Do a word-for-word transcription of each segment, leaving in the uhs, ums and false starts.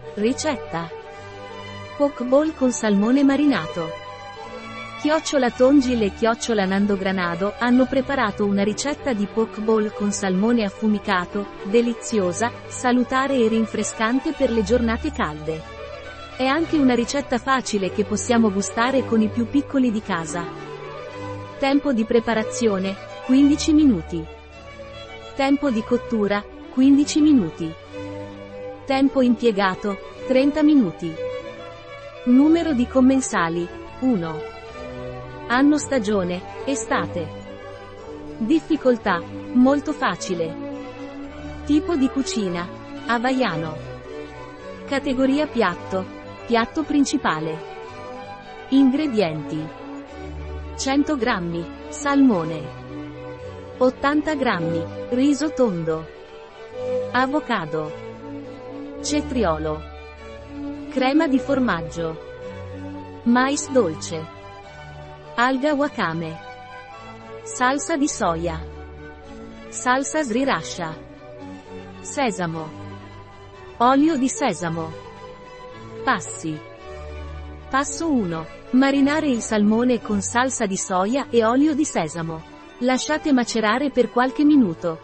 Ricetta: poke bowl con salmone marinato. Chiocciola Tongil e chiocciola Nando Granado hanno preparato una ricetta di poke bowl con salmone affumicato, deliziosa, salutare e rinfrescante per le giornate calde. È anche una ricetta facile che possiamo gustare con i più piccoli di casa. Tempo di preparazione: quindici minuti. Tempo di cottura: quindici minuti. Tempo impiegato: trenta minuti. Numero di commensali: uno. Anno stagione: estate. Difficoltà: molto facile. Tipo di cucina: hawaiano. Categoria piatto: piatto principale. Ingredienti: cento grammi salmone, ottanta grammi riso tondo, avocado, cetriolo, crema di formaggio, mais dolce, alga wakame, salsa di soia, salsa sriracha, sesamo, olio di sesamo. Passi. Passo uno. Marinare il salmone con salsa di soia e olio di sesamo. Lasciate macerare per qualche minuto.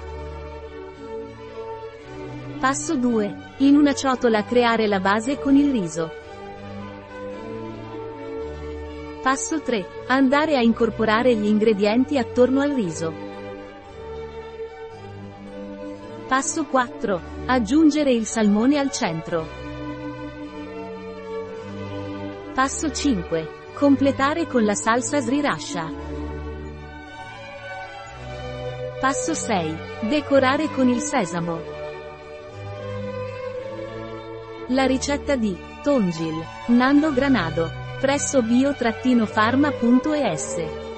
Passo due. In una ciotola creare la base con il riso. Passo tre. Andare a incorporare gli ingredienti attorno al riso. Passo quattro. Aggiungere il salmone al centro. Passo cinque. Completare con la salsa sriracha. Passo sei. Decorare con il sesamo. La ricetta di Tongil, Nando Granado, presso bio-pharma punto es.